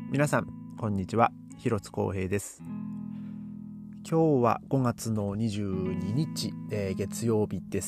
皆さんこんにちは、広津光平です。今日は5月の22日、月曜日です。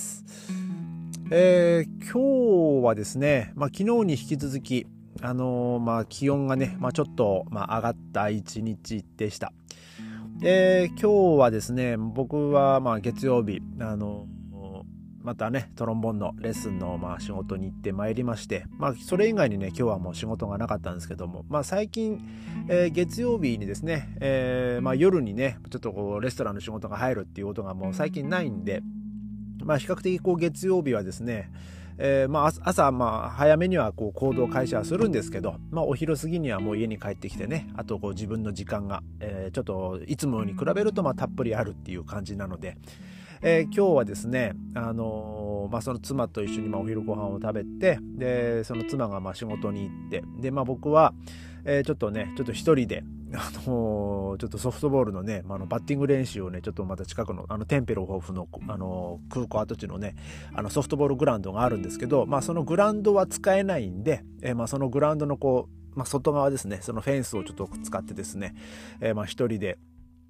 今日はですね、昨日に引き続き気温がね、ちょっと上がった一日でした。今日はですね、僕は月曜日またねトロンボーンのレッスンの仕事に行ってまいりまして、それ以外にね今日はもう仕事がなかったんですけども、最近、月曜日にですね、夜にねちょっとレストランの仕事が入るっていうことがもう最近ないんで、比較的月曜日はですね、朝早めには行動開始はするんですけど、お昼過ぎにはもう家に帰ってきてね、あと自分の時間が、ちょっといつもに比べるとたっぷりあるっていう感じなので、今日はですね、その妻と一緒にお昼ご飯を食べて、でその妻が仕事に行って、で僕は、ちょっと一人でちょっとソフトボールのね、バッティング練習をねちょっとまた近くのテンペロホフの空港跡地のねソフトボールグラウンドがあるんですけど、そのグラウンドは使えないんで、そのグラウンドの外側ですね、そのフェンスをちょっと使ってですね、一人で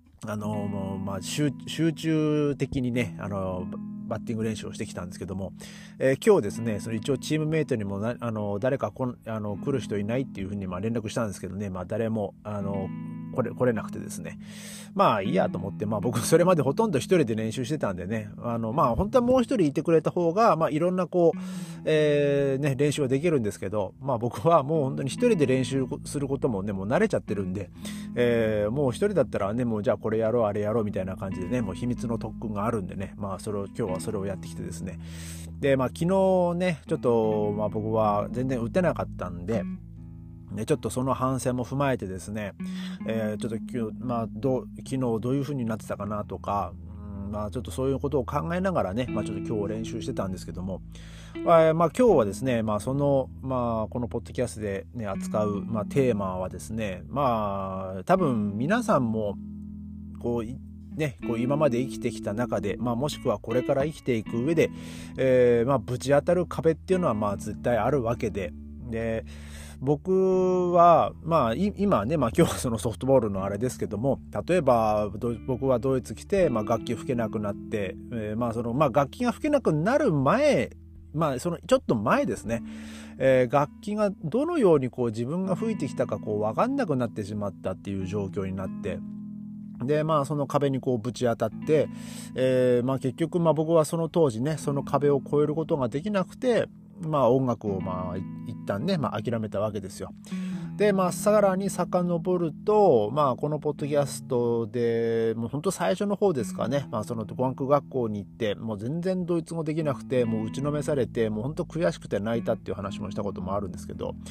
集中的にねバッティング練習をしてきたんですけども、今日ですねその一応チームメイトにも誰か来る人いないっていうふうに連絡したんですけどね、誰も来れなくてですね、いいやと思って、僕それまでほとんど一人で練習してたんでね、本当はもう一人いてくれた方がいろんな練習はできるんですけど、僕はもう本当に一人で練習することもねもう慣れちゃってるんで、もう一人だったらねもうじゃあこれやろうあれやろうみたいな感じでね、もう秘密の特訓があるんでね、今日はそれをやってきてですね、で昨日ねちょっと僕は全然打てなかったんで、ちょっとその反省も踏まえてですね、ちょっと昨日どういう風になってたかなとか、ちょっとそういうことを考えながらね、ちょっと今日練習してたんですけども、今日はですね、このポッドキャストで、ね、扱う、テーマはですね、多分皆さんも今まで生きてきた中で、もしくはこれから生きていく上で、ぶち当たる壁っていうのは絶対あるわけで、僕は今ね、今日はそのソフトボールのあれですけども、例えば僕はドイツ来て、楽器吹けなくなって、楽器が吹けなくなる前、そのちょっと前ですね、楽器がどのように自分が吹いてきたか分かんなくなってしまったっていう状況になって、でその壁にぶち当たって、結局僕はその当時ねその壁を越えることができなくて、音楽を一旦ね諦めたわけですよ。でさらに遡るとこのポッドキャストでもう本当最初の方ですかね、その語学学校に行ってもう全然ドイツ語できなくてもう打ちのめされてもう本当悔しくて泣いたっていう話もしたこともあるんですけど、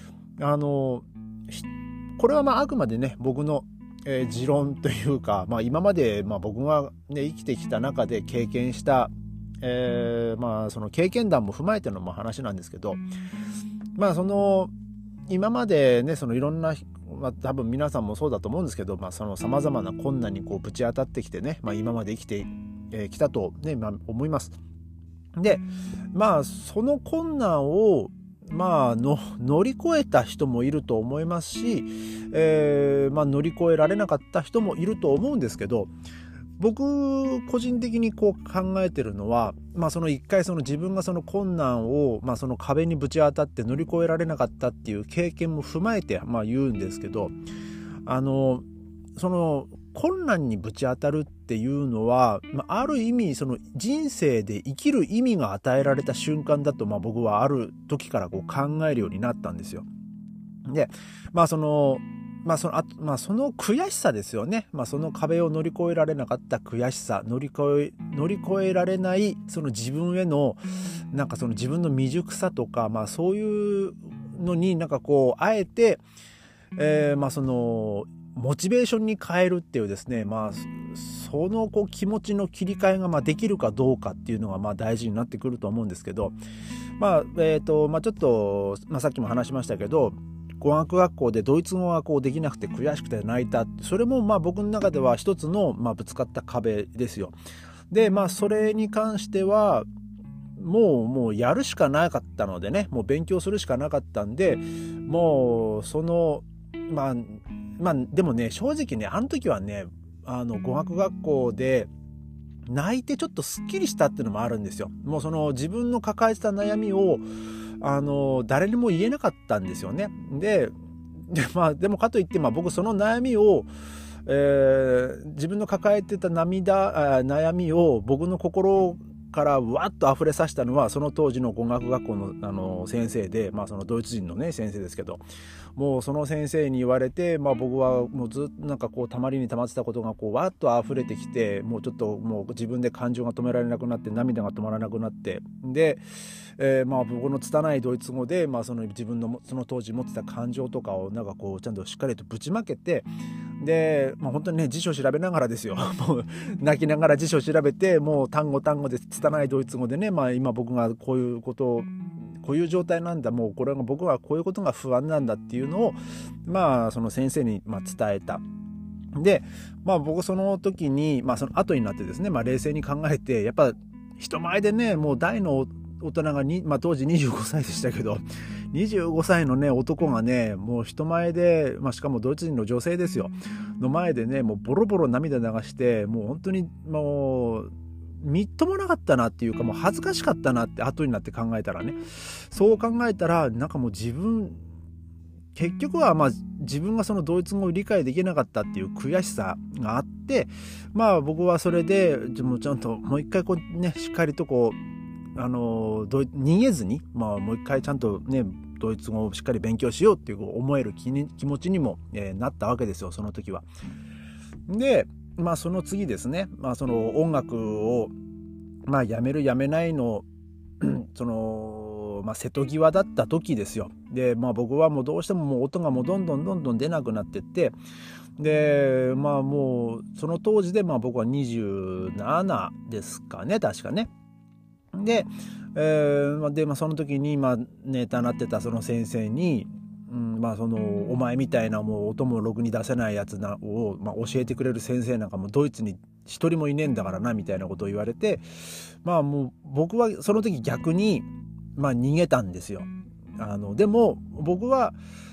これはあくまでね僕の持論というか、今まで僕が、ね、生きてきた中で経験した、その経験談も踏まえての話なんですけど、その今までねそのいろんな、多分皆さんもそうだと思うんですけど、その様々な困難にぶち当たってきてね、今まで生きてきたと、ね思います。でその困難を乗り越えた人もいると思いますし、乗り越えられなかった人もいると思うんですけど、僕個人的に考えてるのは、その一回その自分がその困難を、その壁にぶち当たって乗り越えられなかったっていう経験も踏まえて言うんですけど、その困難にぶち当たるっていうのは、ある意味その人生で生きる意味が与えられた瞬間だと、僕はある時から考えるようになったんですよ。でその悔しさですよね。その壁を乗り越えられなかった悔しさ、乗り越えられないその自分へのその自分の未熟さとか、そういうのにあえて、そのモチベーションに変えるっていうですね、その気持ちの切り替えができるかどうかっていうのが大事になってくると思うんですけど、ちょっと、さっきも話しましたけど、語学学校でドイツ語ができなくて悔しくて泣いた、それも僕の中では一つのぶつかった壁ですよ。でそれに関してはもうやるしかなかったのでね、もう勉強するしかなかったんで、もうそのでもね、正直ね、あの時はね、語学学校で泣いてちょっとスッキリしたっていうのもあるんですよ。もうその自分の抱えてた悩みを誰にも言えなかったんですよね。でもかといって僕その悩みを、自分の抱えてた悩みを僕の心からわっと溢れさせたのはその当時の語学学校の、先生で、そのドイツ人のね先生ですけど、もうその先生に言われて、僕はもうずっとたまりに溜まってたことがわっと溢れてきて、もうちょっともう自分で感情が止められなくなって涙が止まらなくなって、で、僕の拙いドイツ語で、その自分のその当時持ってた感情とかをちゃんとしっかりとぶちまけて、で、本当にね辞書調べながらですよもう泣きながら辞書調べて、もう単語で拙いドイツ語でね、今僕がこういう状態なんだ、もうこれが僕はこういうことが不安なんだっていうのをその先生に伝えた。で僕その時にその後になってですね、冷静に考えて、やっぱ人前でね、もう大の大人が当時25歳でしたけど、25歳のね男がね、もう人前で、しかもドイツ人の女性ですよの前でね、もうボロボロ涙流して、もう本当にもうみっともなかったなっていうか、もう恥ずかしかったなって後になって考えたらね、そう考えたらもう結局は自分がそのドイツ語を理解できなかったっていう悔しさがあって、僕はそれでもうちゃんともう一回しっかりと逃げずに、もう一回ちゃんとねドイツ語をしっかり勉強しようっていう思える気持ちにも、なったわけですよ、その時は。でその次ですね、その音楽をやめるやめないのその瀬戸際だった時ですよ。で僕はもうどうしてももう音がもうどんどん出なくなってって、でもうその当時で僕は27ですかね、確かね。で、その時にネタなってたその先生に、そのお前みたいなもう音もろくに出せないやつを、教えてくれる先生なんかもドイツに一人もいねえんだからなみたいなことを言われて、もう僕はその時逆に逃げたんですよ。でも僕は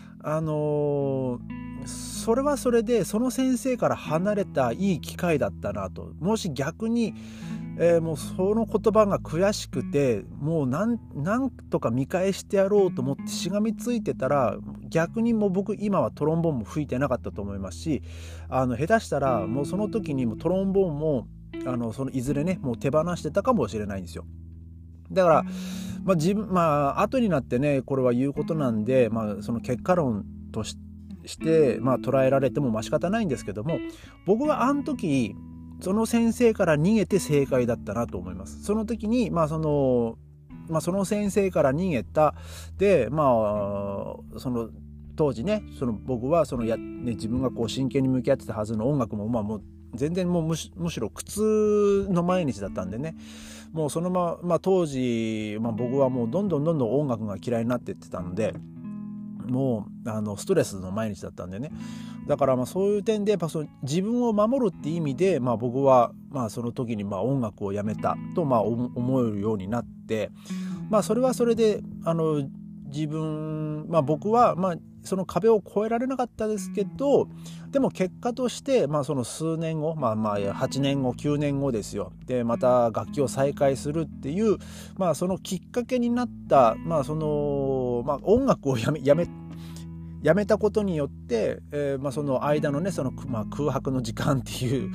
それはそれでその先生から離れたいい機会だったなと。もし逆にもうその言葉が悔しくて、もうなんとか見返してやろうと思ってしがみついてたら、逆にもう僕今はトロンボーンも吹いてなかったと思いますし、下手したらもうその時にもトロンボーンもそのいずれねもう手放してたかもしれないんですよ。だから自分後になってねこれは言うことなんで、その結果論として捉えられても仕方ないんですけども、僕はあの時その先生から逃げて正解だったなと思います。その時にその先生から逃げたでその当時ね、その僕は自分が真剣に向き合ってたはずの音楽ももう全然もうむしろ苦痛の毎日だったんでね、もうその当時、僕はもうどんどん音楽が嫌いになっていってたので、もうストレスの毎日だったんでね。だからそういう点でやっぱ自分を守るっていう意味で、僕はその時に音楽をやめたと思えるようになって、それはそれで自分僕はその壁を越えられなかったですけど、でも結果としてその数年後8年後9年後ですよ。でまた楽器を再開するっていうそのきっかけになった音楽をやめたことによって、その間のね空白の時間っていう、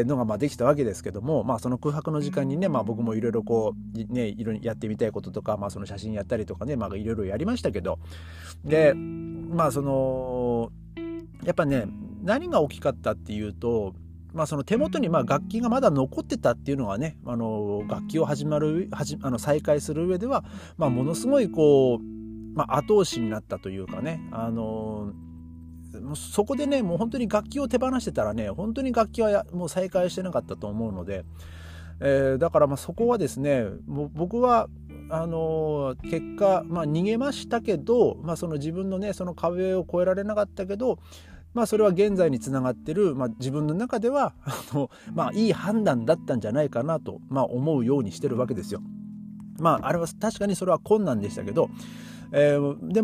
のができたわけですけども、その空白の時間にね僕もいろいろいろいろやってみたいこととか、その写真やったりとかねいろいろやりましたけど、でそのやっぱね何が大きかったっていうと、その手元に楽器がまだ残ってたっていうのがね、楽器を再開する上ではものすごい後押しになったというかね、そこでねもう本当に楽器を手放してたらね本当に楽器はもう再開してなかったと思うので、だからそこはですねもう僕は結果逃げましたけど、その自分のねその壁を越えられなかったけど、それは現在につながってる、自分の中ではいい判断だったんじゃないかなと、思うようにしてるわけですよ。あれは確かにそれは困難でしたけど、でも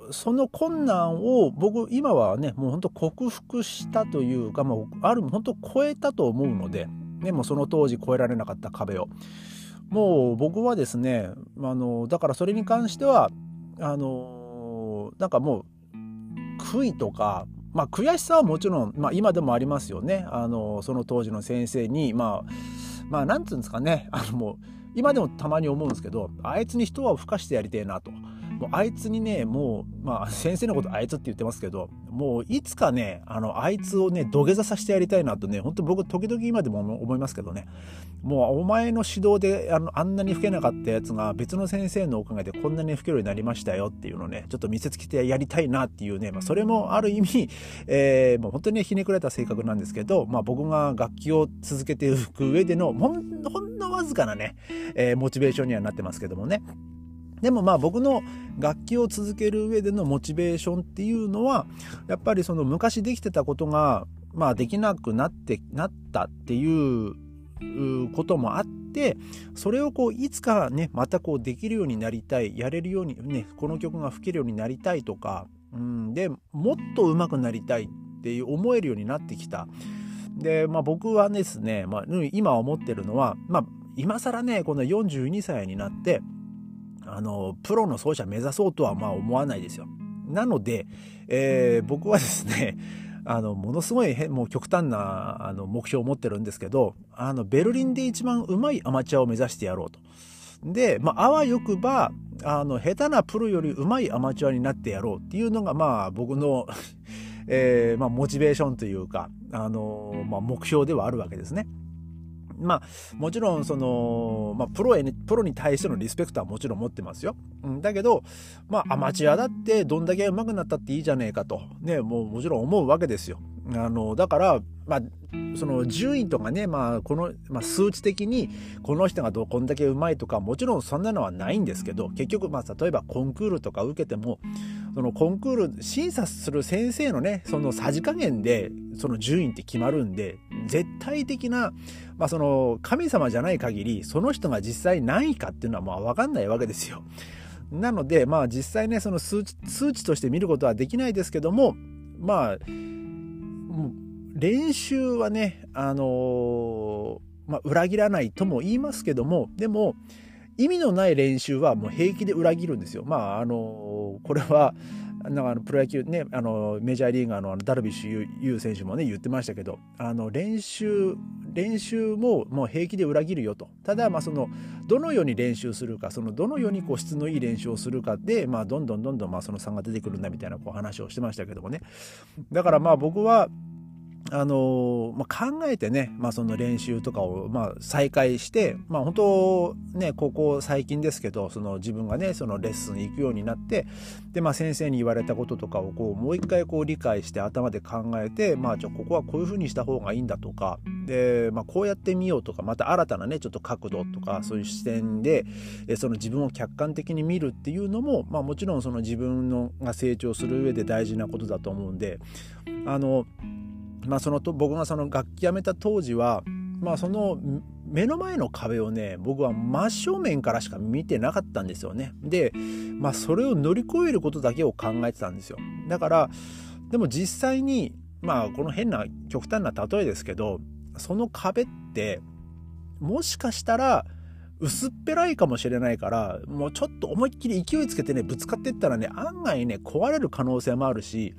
その困難を僕今はねもう本当克服したというか、もうある本当超えたと思うので、ね、もうその当時超えられなかった壁をもう僕はですね、だからそれに関してはなんかもう悔いとか、悔しさはもちろん、今でもありますよね。その当時の先生になんていうんですかね、もう今でもたまに思うんですけど、あいつに一泡吹かしてやりてえなと。もうあいつにね、もう、先生のことあいつって言ってますけど、もういつかね、あいつをね、土下座させてやりたいなとね、本当僕時々今でも思いますけどね、もうお前の指導であんなに吹けなかったやつが別の先生のおかげでこんなに吹けるようになりましたよっていうのをね、ちょっと見せつけてやりたいなっていうね、それもある意味、もう本当にひねくれた性格なんですけど、僕が楽器を続けていく上でのほんのわずかなね、モチベーションにはなってますけどもね。でも僕の楽器を続ける上でのモチベーションっていうのはやっぱりその昔できてたことができなくなったっていうこともあって、それをいつかねまたできるようになりたい、やれるようにね、この曲が吹けるようになりたいとか、でもっと上手くなりたいっていう思えるようになってきた。で僕はですね、今思ってるのは今更ねこの42歳になってプロの奏者目指そうとは思わないですよ。なので、僕はですねものすごいもう極端な目標を持ってるんですけど、ベルリンで一番上手いアマチュアを目指してやろうと。で、あわよくば下手なプロより上手いアマチュアになってやろうっていうのが僕の、モチベーションというか目標ではあるわけですね。もちろんその、プロに対してのリスペクトはもちろん持ってますよ。だけどアマチュアだってどんだけ上手くなったっていいじゃねえかとね、もちろん思うわけですよ。だからその順位とかね、この、数値的にこの人がこんだけ上手いとかもちろんそんなのはないんですけど、結局例えばコンクールとか受けてもそのコンクール審査する先生のねそのさじ加減でその順位って決まるんで、絶対的なその神様じゃない限りその人が実際何位かっていうのは分かんないわけですよ。なので実際ねその数値として見ることはできないですけども、練習はね裏切らないとも言いますけども、でも意味のない練習はもう平気で裏切るんですよ。これはプロ野球ねメジャーリーガーのダルビッシュ有選手もね言ってましたけど、練習ももう平気で裏切るよと。ただそのどのように練習するか、そのどのように質のいい練習をするかでどんどんその差が出てくるんだみたいな話をしてましたけどもね。だから僕は考えてね、その練習とかを再開して、本当ねここ最近ですけど、その自分がねそのレッスン行くようになって、で先生に言われたこととかをもう一回理解して頭で考えて、ここはこういう風にした方がいいんだとかで、こうやってみようとか、また新たなねちょっと角度とかそういう視点でその自分を客観的に見るっていうのも、もちろんその自分が成長する上で大事なことだと思うんで、僕がその楽器やめた当時は、その目の前の壁をね僕は真正面からしか見てなかったんですよね。で、それを乗り越えることだけを考えてたんですよ。だからでも実際にこの変な極端な例えですけど、その壁ってもしかしたら薄っぺらいかもしれないから、もうちょっと思いっきり勢いつけてねぶつかっていったらね案外ね壊れる可能性もあるし、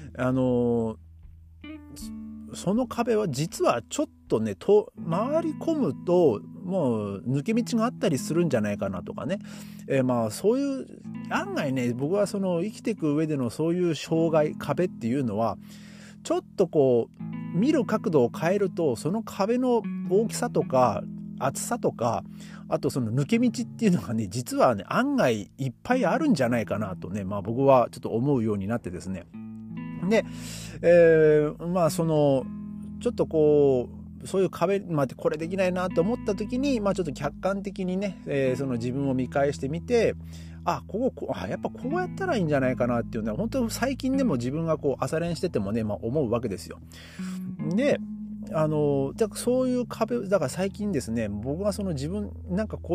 その壁は実はちょっとね回り込むともう抜け道があったりするんじゃないかなとかね、そういう案外ね僕はその生きていく上でのそういう障害壁っていうのはちょっと見る角度を変えるとその壁の大きさとか厚さとか、あとその抜け道っていうのがね実はね案外いっぱいあるんじゃないかなとね、僕はちょっと思うようになってですね。で、そのちょっとそういう壁これできないなと思った時にちょっと客観的にね、その自分を見返してみて、やっぱこうやったらいいんじゃないかなっていうのは本当最近でも自分が朝練しててもね、思うわけですよ。でだからそういう壁だから最近ですね僕はその自分こういう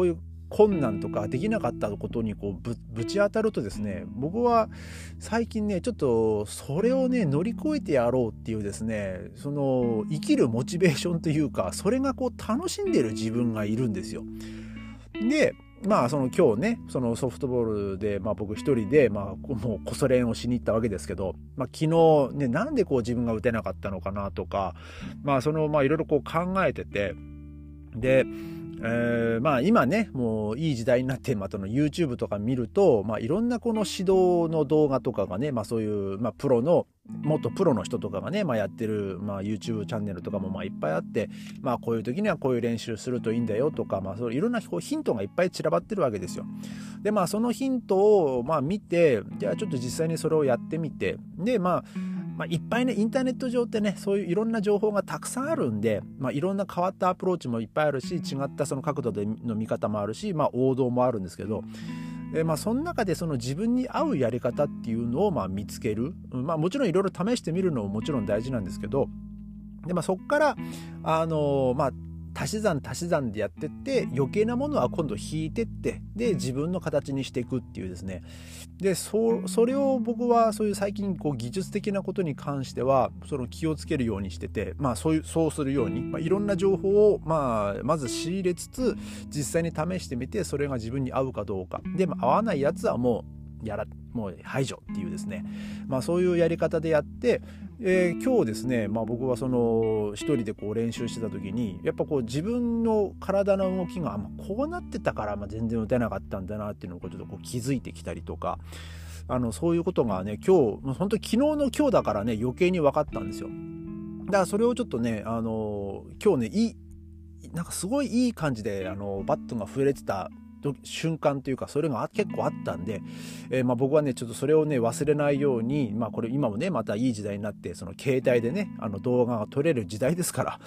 困難とかできなかったことにこうぶち当たるとですね、僕は最近ねちょっとそれをね乗り越えてやろうっていうですね、その生きるモチベーションというか、それがこう楽しんでる自分がいるんですよ。でその今日ね、そのソフトボールで、僕一人で、もうこそ練をしに行ったわけですけど、昨日ね、なんでこう自分が打てなかったのかなとか、そのいろいろこう考えてて、で、今ねもういい時代になって、その YouTube とか見ると、いろんなこの指導の動画とかがね、そういう、元プロの人とかがね、やってる、YouTube チャンネルとかもいっぱいあって、こういう時にはこういう練習するといいんだよとか、そういろんなヒントがいっぱい散らばってるわけですよ。でそのヒントを見て、じゃあちょっと実際にそれをやってみて、でいっぱいね、インターネット上ってね、そういういろんな情報がたくさんあるんで、いろんな変わったアプローチもいっぱいあるし、違ったその角度での見方もあるし、王道もあるんですけど、その中でその自分に合うやり方っていうのを見つける、もちろんいろいろ試してみるのももちろん大事なんですけど、でそこから足し算でやってって、余計なものは今度引いてって、で自分の形にしていくっていうですね。でそれを僕はそういう最近こう技術的なことに関してはその気をつけるようにしてて、そうするように、いろんな情報をまず仕入れつつ、実際に試してみて、それが自分に合うかどうかで、合わないやつはもう排除っていうですね、そういうやり方でやって、今日ですね、僕はその一人でこう練習してた時に、やっぱこう自分の体の動きがこうなってたから、全然打てなかったんだなっていうのをちょっとこう気づいてきたりとか、そういうことがね、今日本当昨日の今日だからね、余計に分かったんですよ。だからそれをちょっとね、今日ね、なんかすごいいい感じでバットが振れてた瞬間というか、それが結構あったんで、僕はねちょっとそれをね忘れないように、これ今もねまたいい時代になって、その携帯でね動画が撮れる時代ですから、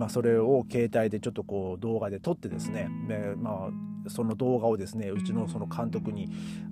それを携帯でちょっとこう動画で撮ってですね、その動画をですねうちのその監督に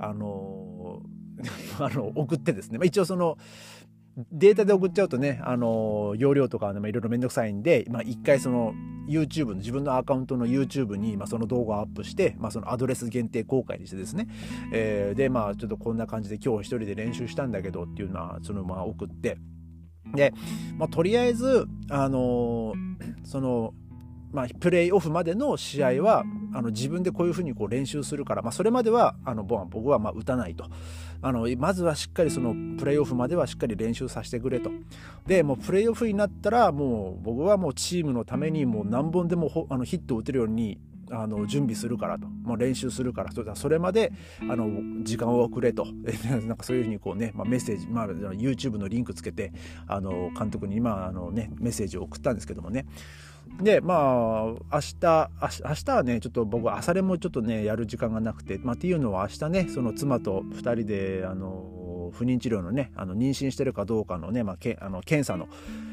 送ってですね、一応そのデータで送っちゃうとね、容量とかいろいろめんどくさいんで、一回その YouTube の自分のアカウントの YouTube にその動画をアップして、そのアドレス限定公開にしてですね、でちょっとこんな感じで今日一人で練習したんだけどっていうのはその送って、で、とりあえずそのプレイオフまでの試合は自分でこういうふうにこう練習するから、それまでは僕は打たないと、まずはしっかりそのプレイオフまではしっかり練習させてくれと。でもうプレイオフになったら、もう僕はもうチームのためにもう何本でもヒットを打てるように準備するからと、練習するから、それまで時間をくれとなんかそういうふうにこうね、メッセージ、YouTube のリンクつけて監督に今メッセージを送ったんですけどもね。で明日はねちょっと僕朝練もちょっとねやる時間がなくて、っていうのは明日ねその妻と2人で不妊治療のね妊娠してるかどうかのね、検査の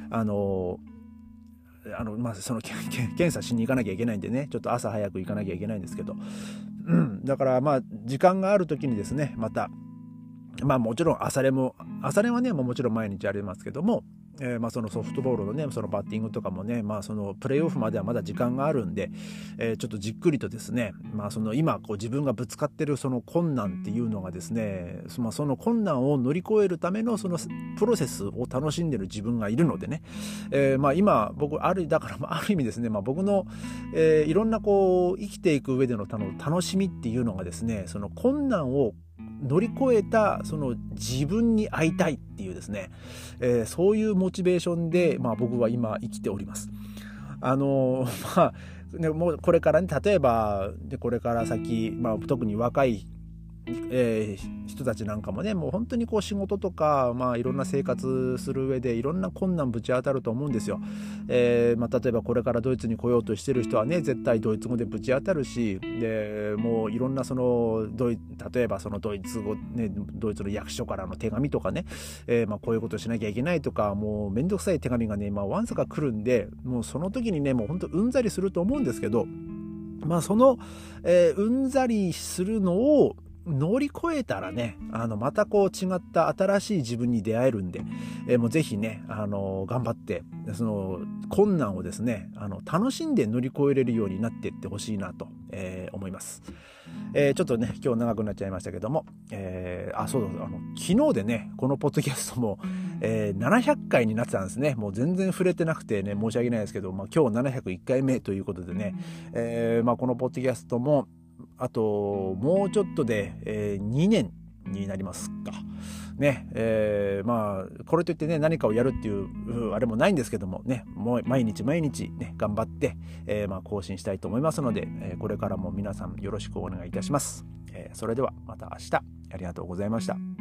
その検査しに行かなきゃいけないんでね、ちょっと朝早く行かなきゃいけないんですけど、だから時間がある時にですね、またもちろん朝練はねもちろん毎日やりますけども、そのソフトボールのねそのバッティングとかもね、そのプレーオフまではまだ時間があるんで、ちょっとじっくりとですね、その今こう自分がぶつかってるその困難っていうのがですね、その困難を乗り越えるためのそのプロセスを楽しんでる自分がいるのでね、今僕だからある意味ですね、僕の、いろんなこう生きていく上での楽しみっていうのがですね、その困難を乗り越えたその自分に会いたいっていうですね、そういうモチベーションで、僕は今生きております。もうこれからね、例えばこれから先、特に若い人たちなんかもね、もう本当にこう仕事とか、いろんな生活する上でいろんな困難ぶち当たると思うんですよ。例えばこれからドイツに来ようとしてる人はね、絶対ドイツ語でぶち当たるし、でもういろんなその例えばそのドイツ語ね、ドイツの役所からの手紙とかね、こういうことしなきゃいけないとか、もうめんどくさい手紙がね、わんさか来るんで、もうその時にね、もう本当うんざりすると思うんですけど、その、うんざりするのを乗り越えたらね、またこう違った新しい自分に出会えるんで、もうぜひね、頑張って、その困難をですね、楽しんで乗り越えれるようになっていってほしいなと、思います。ちょっとね、今日長くなっちゃいましたけども、そうだ、昨日でね、このポッドキャストも、700回になってたんですね。もう全然触れてなくてね、申し訳ないですけど、今日701回目ということでね、このポッドキャストも、あと、もうちょっとで、2年になりますか。ね、これといってね、何かをやるっていう、あれもないんですけどもね、もう毎日毎日ね、頑張って、更新したいと思いますので、これからも皆さんよろしくお願いいたします。それではまた明日、ありがとうございました。